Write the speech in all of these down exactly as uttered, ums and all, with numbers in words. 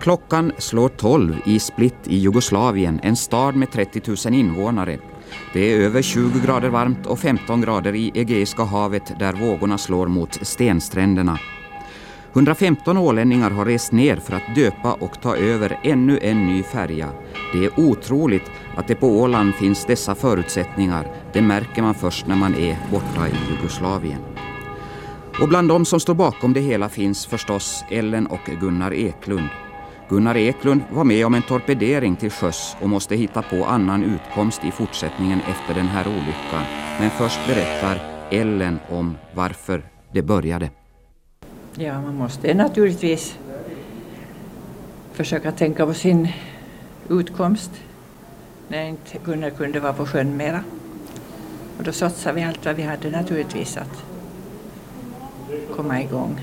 Klockan slår tolv i Split i Jugoslavien, en stad med trettio tusen invånare. Det är över tjugo grader varmt och femton grader i Egeiska havet där vågorna slår mot stenstränderna. hundrafemton ålänningar har rest ner för att döpa och ta över ännu en ny färja. Det är otroligt att det på Åland finns dessa förutsättningar. Det märker man först när man är borta i Jugoslavien. Och bland dem som står bakom det hela finns förstås Ellen och Gunnar Eklund. Gunnar Eklund var med om en torpedering till sjöss och måste hitta på annan utkomst i fortsättningen efter den här olyckan. Men först berättar Ellen om varför det började. Ja, man måste naturligtvis försöka tänka på sin utkomst när inte Gunnar kunde vara på sjön mera. Och då satsade vi allt vad vi hade naturligtvis att komma igång.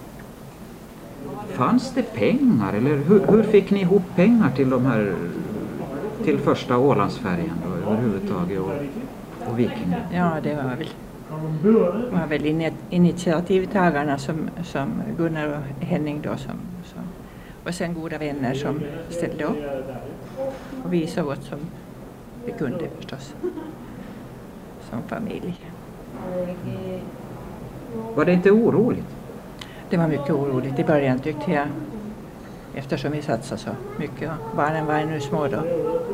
Fanns det pengar eller hur, hur fick ni ihop pengar till de här till första Ålandsfärjan då, överhuvudtaget och, och Viking? Ja, det var väl var väl in, initiativtagarna som, som Gunnar och Henning då som, som och sen goda vänner som ställde upp och vi så gott som vi kunde förstås som familj. Var det inte oroligt? Det var mycket oroligt i början tyckte jag, eftersom vi satsade så mycket och barnen var ännu små då.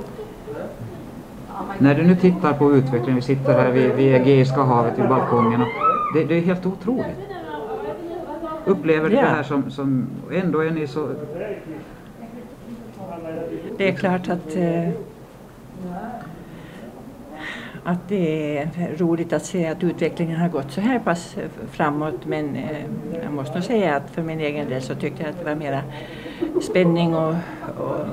När du nu tittar på utvecklingen, vi sitter här vid, vid Egeiska havet i balkongen och det, det är helt otroligt. Upplever du ja. det här som, som ändå är ni så... Det är klart att eh, att det är roligt att se att utvecklingen har gått så här pass framåt, men eh, jag måste nog säga att för min egen del så tyckte jag att det var mera spänning och, och,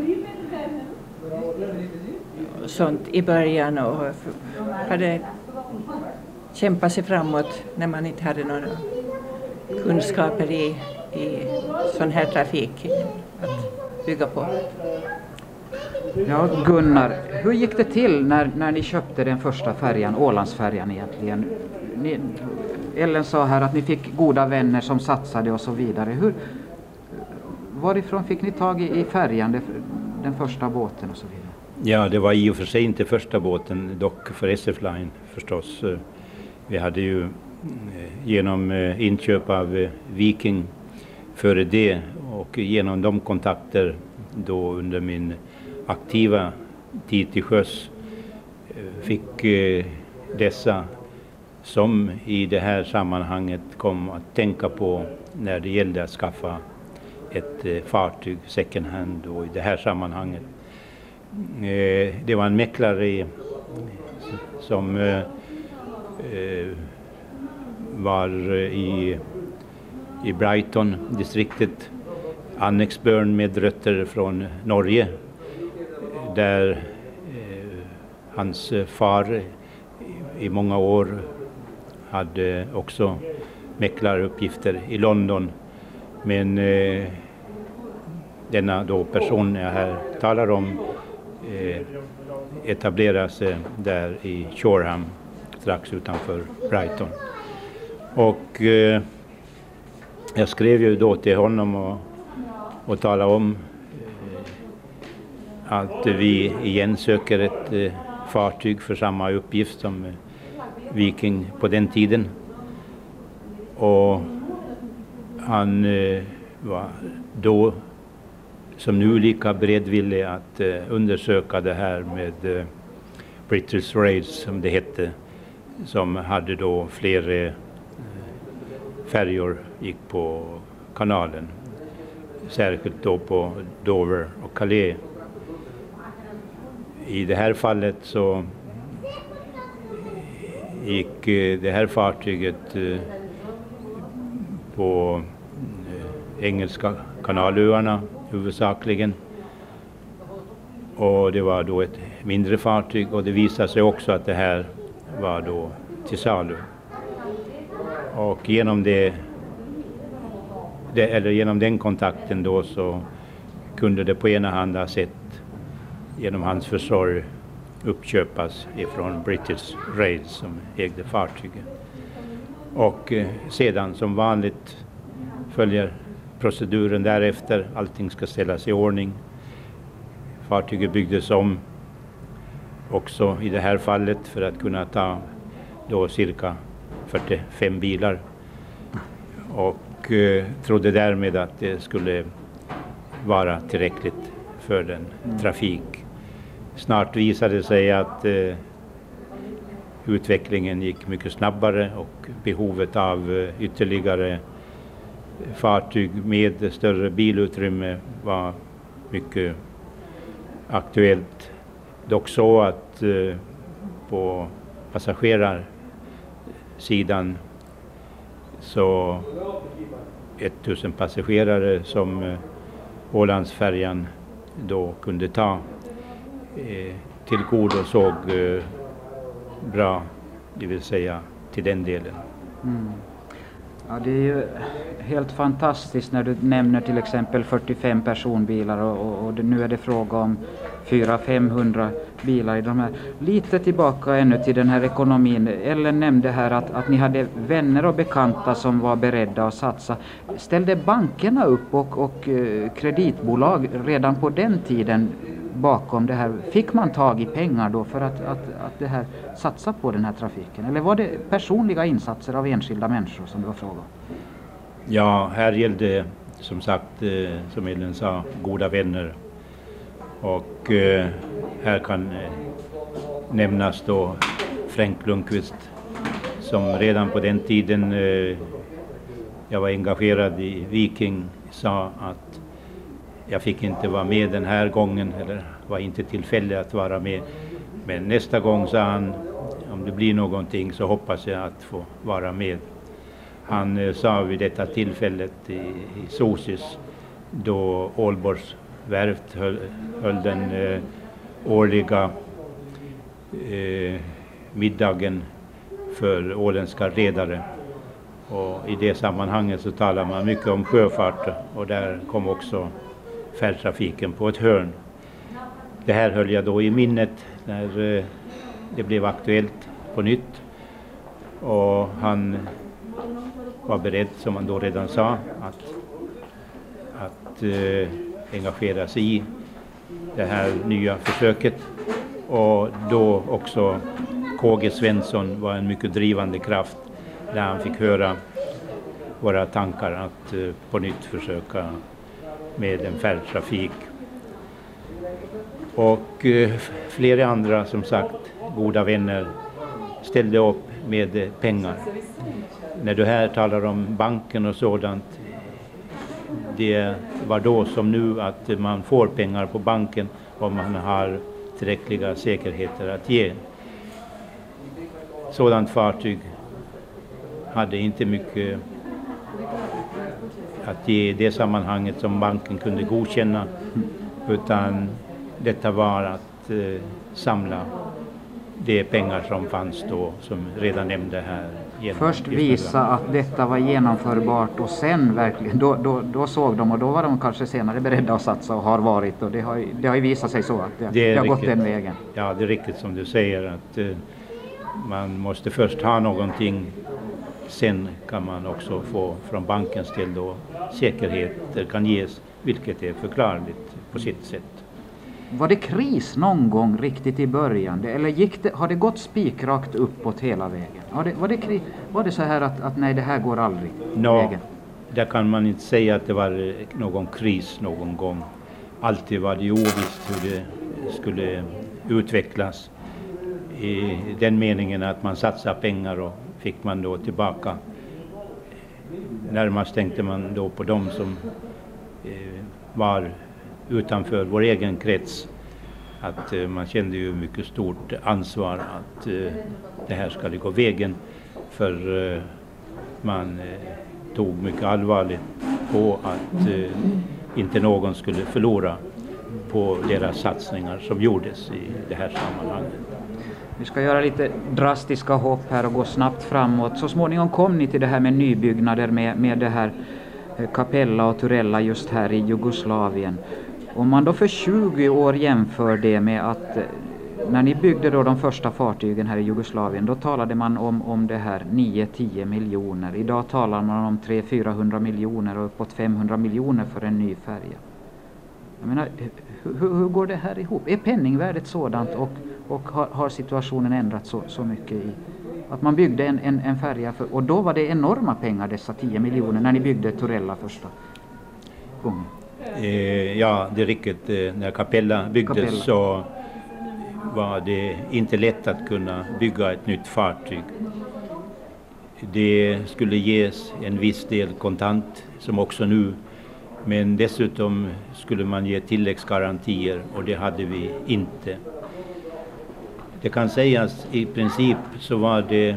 och sånt i början och hade kämpat sig framåt när man inte hade några kunskaper i, i sån här trafik att bygga på. Ja, Gunnar, hur gick det till när, när ni köpte den första färjan, Ålandsfärjan egentligen? Ni, Ellen sa här att ni fick goda vänner som satsade och så vidare. Hur, varifrån fick ni tag i, i färjan, det, den första båten och så vidare? Ja, det var i och för sig inte första båten, dock för S F Line förstås. Vi hade ju genom inköp av Viking före det och genom de kontakter då under min aktiva tid till sjöss fick eh, dessa som i det här sammanhanget kom att tänka på när det gällde att skaffa ett eh, fartyg second hand och i det här sammanhanget. Eh, det var en mäklare som eh, eh, var i, i Brighton-distriktet, Annexburn med rötter från Norge, där eh, hans far i många år hade också mäklaruppgifter i London. Men eh, denna då person jag här talar om eh, etablerade sig där i Shoreham strax utanför Brighton. Och eh, jag skrev ju då till honom och, och talade om att vi igen söker ett eh, fartyg för samma uppgift som eh, Viking på den tiden. Och han eh, var då som nu lika beredvillig att eh, undersöka det här med eh, British Rails som det hette, som hade då flera eh, färjor gick på kanalen, särskilt då på Dover och Calais. I det här fallet så gick det här fartyget på engelska kanalöarna huvudsakligen. Och det var då ett mindre fartyg och det visade sig också att det här var då till salu. Och genom det, det eller genom den kontakten då så kunde det på ena hand ha sett genom hans försorg uppköpas ifrån British Rails som ägde fartyget. Och eh, sedan som vanligt följer proceduren därefter. Allting ska ställas i ordning. Fartyget byggdes om också i det här fallet för att kunna ta då cirka fyrtiofem bilar. Och eh, trodde därmed att det skulle vara tillräckligt för den trafik. Snart visade det sig att eh, utvecklingen gick mycket snabbare och behovet av eh, ytterligare fartyg med större bilutrymme var mycket aktuellt. Dock så att eh, på passagerarsidan så tusen passagerare som eh, Ålandsfärjan då kunde ta eh, till god och såg eh, bra, det vill säga till den delen. Mm. Ja, det är ju helt fantastiskt när du nämner till exempel fyrtiofem personbilar och, och, och det, nu är det fråga om fyra till femhundra bilar i de här. Lite tillbaka ännu till den här ekonomin. Ellen nämnde här att, att ni hade vänner och bekanta som var beredda att satsa. Ställde bankerna upp och, och eh, kreditbolag redan på den tiden bakom det här? Fick man tag i pengar då för att, att, att det här satsa på den här trafiken? Eller var det personliga insatser av enskilda människor som det var fråga om? Ja, här gällde som sagt, eh, som Ellen sa, goda vänner. Och eh, här kan eh, nämnas då Frank Lundqvist som redan på den tiden eh, jag var engagerad i Viking sa att jag fick inte vara med den här gången, eller var inte tillfälle att vara med. Men nästa gång sa han, om det blir någonting så hoppas jag att få vara med. Han eh, sa vid detta tillfället i, i Sosis då Aalborgs Werft höll, höll den eh, årliga eh, middagen för åländska redare. Och i det sammanhanget så talar man mycket om sjöfart och där kom också färjetrafiken på ett hörn. Det här höll jag då i minnet när eh, det blev aktuellt på nytt. Och han var beredd, som han då redan sa, att, att eh, engagera sig i det här nya försöket. Och då också K G Svensson var en mycket drivande kraft när han fick höra våra tankar att eh, på nytt försöka med en färjetrafik. Och eh, flera andra, som sagt, goda vänner ställde upp med eh, pengar. När du här talar om banken och sådant, det var då som nu att man får pengar på banken om man har tillräckliga säkerheter att ge. Sådant fartyg hade inte mycket att ge i det sammanhanget som banken kunde godkänna, utan detta var att eh, samla de pengar som fanns då, som redan nämnde här. Först visa att detta var genomförbart och sen verkligen, då, då, då såg de och då var de kanske senare beredda att satsa och har varit, och det har, det har ju visat sig så att det, det, det har riktigt, gått den vägen. Ja, det är riktigt som du säger att eh, man måste först ha någonting, sen kan man också få från bankens del då säkerheter kan ges, vilket är förklarligt på sitt sätt. Var det kris någon gång riktigt i början? Eller gick det, har det gått spikrakt uppåt hela vägen? Var det, var det, kri, var det så här att, att nej, det här går aldrig no, vägen? Där kan man inte säga att det var någon kris någon gång. Alltid var det ovisst hur det skulle utvecklas. I den meningen att man satsar pengar och fick man då tillbaka. Närmast tänkte man då på dem som eh, var utanför vår egen krets, att eh, man kände ju mycket stort ansvar att eh, det här skulle gå vägen, för eh, man eh, tog mycket allvarligt på att eh, inte någon skulle förlora på deras satsningar som gjordes i det här sammanhanget. Vi ska göra lite drastiska hopp här och gå snabbt framåt. Så småningom kom ni till det här med nybyggnader med, med det här Capella och Turella just här i Jugoslavien. Om man då för tjugo år jämför det med att När ni byggde då de första fartygen här i Jugoslavien, då talade man om, om det här nio till tio miljoner. Idag talar man om tre till fyrahundra miljoner och uppåt femhundra miljoner för en ny färja. Jag menar, hur, hur går det här ihop? Är penningvärdet sådant och, och har, har situationen ändrats så, så mycket i att man byggde en, en, en färja för, och då var det enorma pengar, dessa tio miljoner, när ni byggde Torella första gången? Eh, ja, det är riktigt. När Capella byggdes Capella. så var det inte lätt att kunna bygga ett nytt fartyg. Det skulle ges en viss del kontant, som också nu, men dessutom skulle man ge tilläggsgarantier, och det hade vi inte. Det kan sägas i princip så var det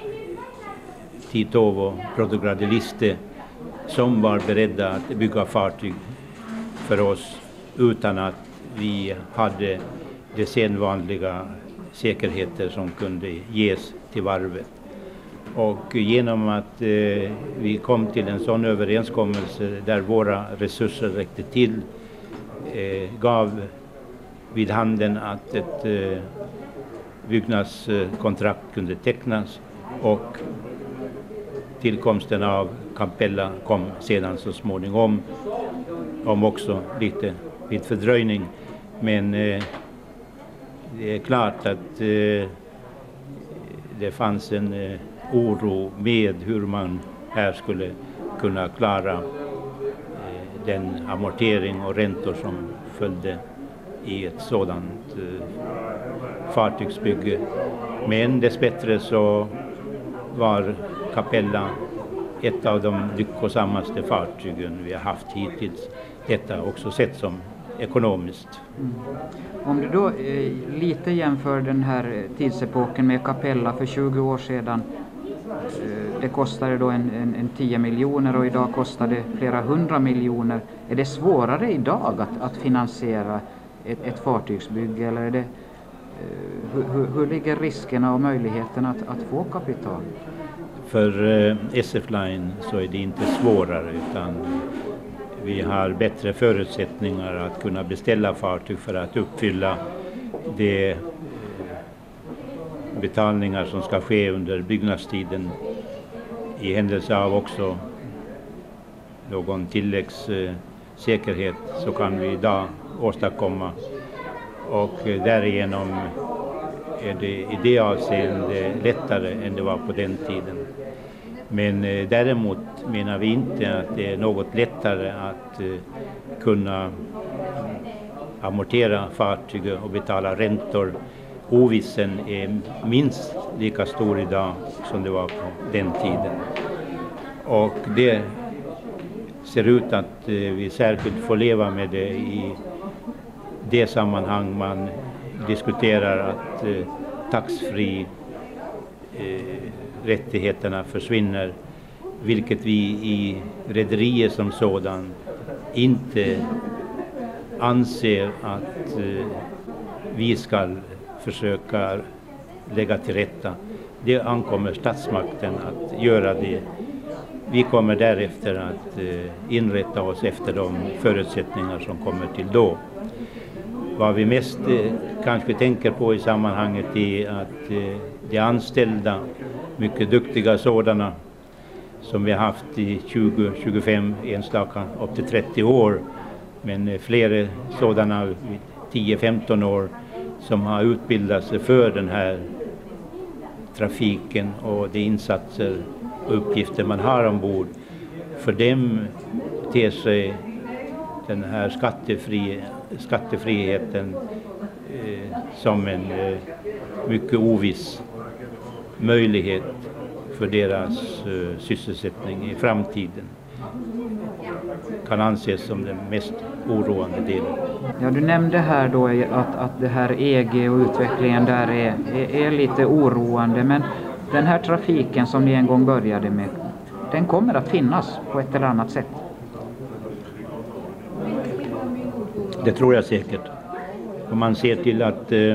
Titovo Prodogradiliste som var beredda att bygga fartyg för oss utan att vi hade de sedvanliga säkerheter som kunde ges till varvet. Och genom att eh, vi kom till en sån överenskommelse där våra resurser räckte till eh, gav vid handen att ett eh, byggnadskontrakt kunde tecknas, och tillkomsten av Capella kom sedan så småningom, om också lite vid fördröjning. Men eh, det är klart att eh, det fanns en eh, oro med hur man här skulle kunna klara eh, den amortering och räntor som följde i ett sådant eh, fartygsbygge. Men dessbättre så var Capella ett av de lyckosammaste fartygen vi har haft hittills. Detta också sett som ekonomiskt. Mm. Om du då eh, lite jämför den här tidsepoken med Capella för tjugo år sedan. Eh, det kostade då en, en, en tio miljoner och idag kostar det flera hundra miljoner. Är det svårare idag att, att finansiera ett, ett fartygsbygge, eller är det, eh, hur, hur, hur ligger riskerna och möjligheterna att, att få kapital? För eh, S F Line så är det inte svårare, utan vi har bättre förutsättningar att kunna beställa fartyg för att uppfylla de betalningar som ska ske under byggnadstiden. I händelse av också någon tilläggssäkerhet så kan vi idag åstadkomma, och därigenom är det i det avseende lättare än det var på den tiden. Men eh, däremot menar vi inte att det är något lättare att eh, kunna amortera fartyget och betala räntor. Ovissen är minst lika stor idag som det var på den tiden. Och det ser ut att eh, vi särskilt får leva med det i det sammanhang man diskuterar att eh, taxfree eh, rättigheterna försvinner, vilket vi i rederier som sådan inte anser att eh, vi ska försöka lägga till rätta. Det ankommer statsmakten att göra det. Vi kommer därefter att eh, inrätta oss efter de förutsättningar som kommer till då. Vad vi mest eh, kanske tänker på i sammanhanget är att eh, de anställda, mycket duktiga sådana, som vi har haft i tjugo till tjugofem, enstaka upp till trettio år, men eh, flera sådana tio till femton år, som har utbildat sig för den här trafiken och de insatser och uppgifter man har ombord. För dem ter sig den här skattefri, skattefriheten eh, som en eh, mycket oviss möjlighet för deras eh, sysselsättning i framtiden. Kan anses som den mest oroande delen. Ja, du nämnde här då att, att det här E G och utvecklingen där är, är, är lite oroande, men den här trafiken som ni en gång började med, den kommer att finnas på ett eller annat sätt? Det tror jag säkert. Om man ser till att eh,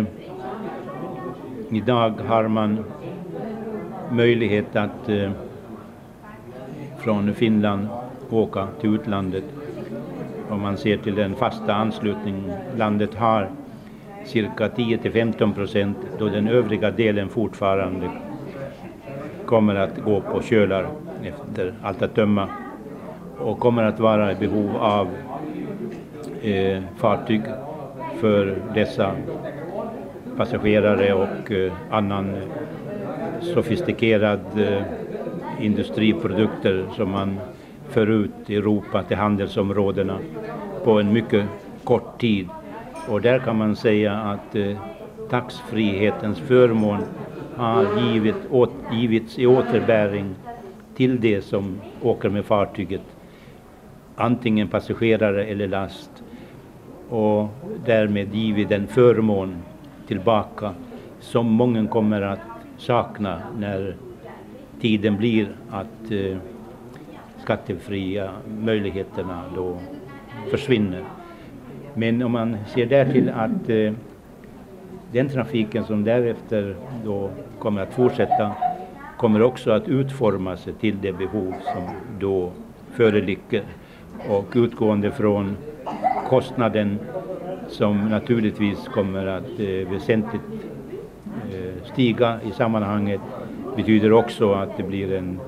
idag har man möjlighet att eh, från Finland åka till utlandet. Om man ser till den fasta anslutning landet har, cirka tio till femton procent, då den övriga delen fortfarande kommer att gå på kölar efter allt att döma och kommer att vara i behov av eh, fartyg för dessa passagerare och eh, annan sofistikerad eh, industriprodukter som man för ut i Europa till handelsområdena på en mycket kort tid. Och där kan man säga att eh, taxfrihetens förmån har givit, åt, givits i återbäring till det som åker med fartyget, antingen passagerare eller last, och därmed givit den förmån tillbaka som många kommer att sakna när tiden blir att eh, skattefria möjligheterna då försvinner. Men om man ser där till att eh, den trafiken som därefter då kommer att fortsätta kommer också att utforma sig till det behov som då föreligger, och utgående från kostnaden som naturligtvis kommer att eh, väsentligt eh, stiga i sammanhanget, betyder också att det blir en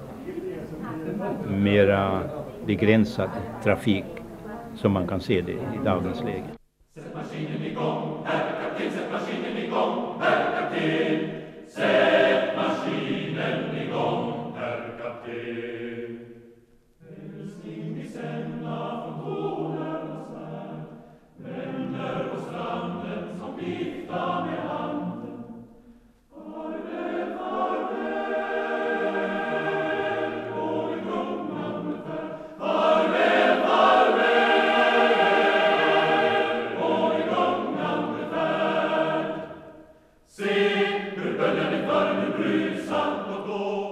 mera begränsad trafik som man kan se det i dagens läge. Sätt maskinen igång, herr kapten, sätt maskinen igång, herr kapten. Sätt maskinen igång, herr kapten. Älskling, vi sända från toner och svärd, vänner på stranden som viftar med handen. Farväl, farväl, på en gungande färd. Farväl, farväl, på en gungande färd. Se hur böljan i förr nu brusar och går.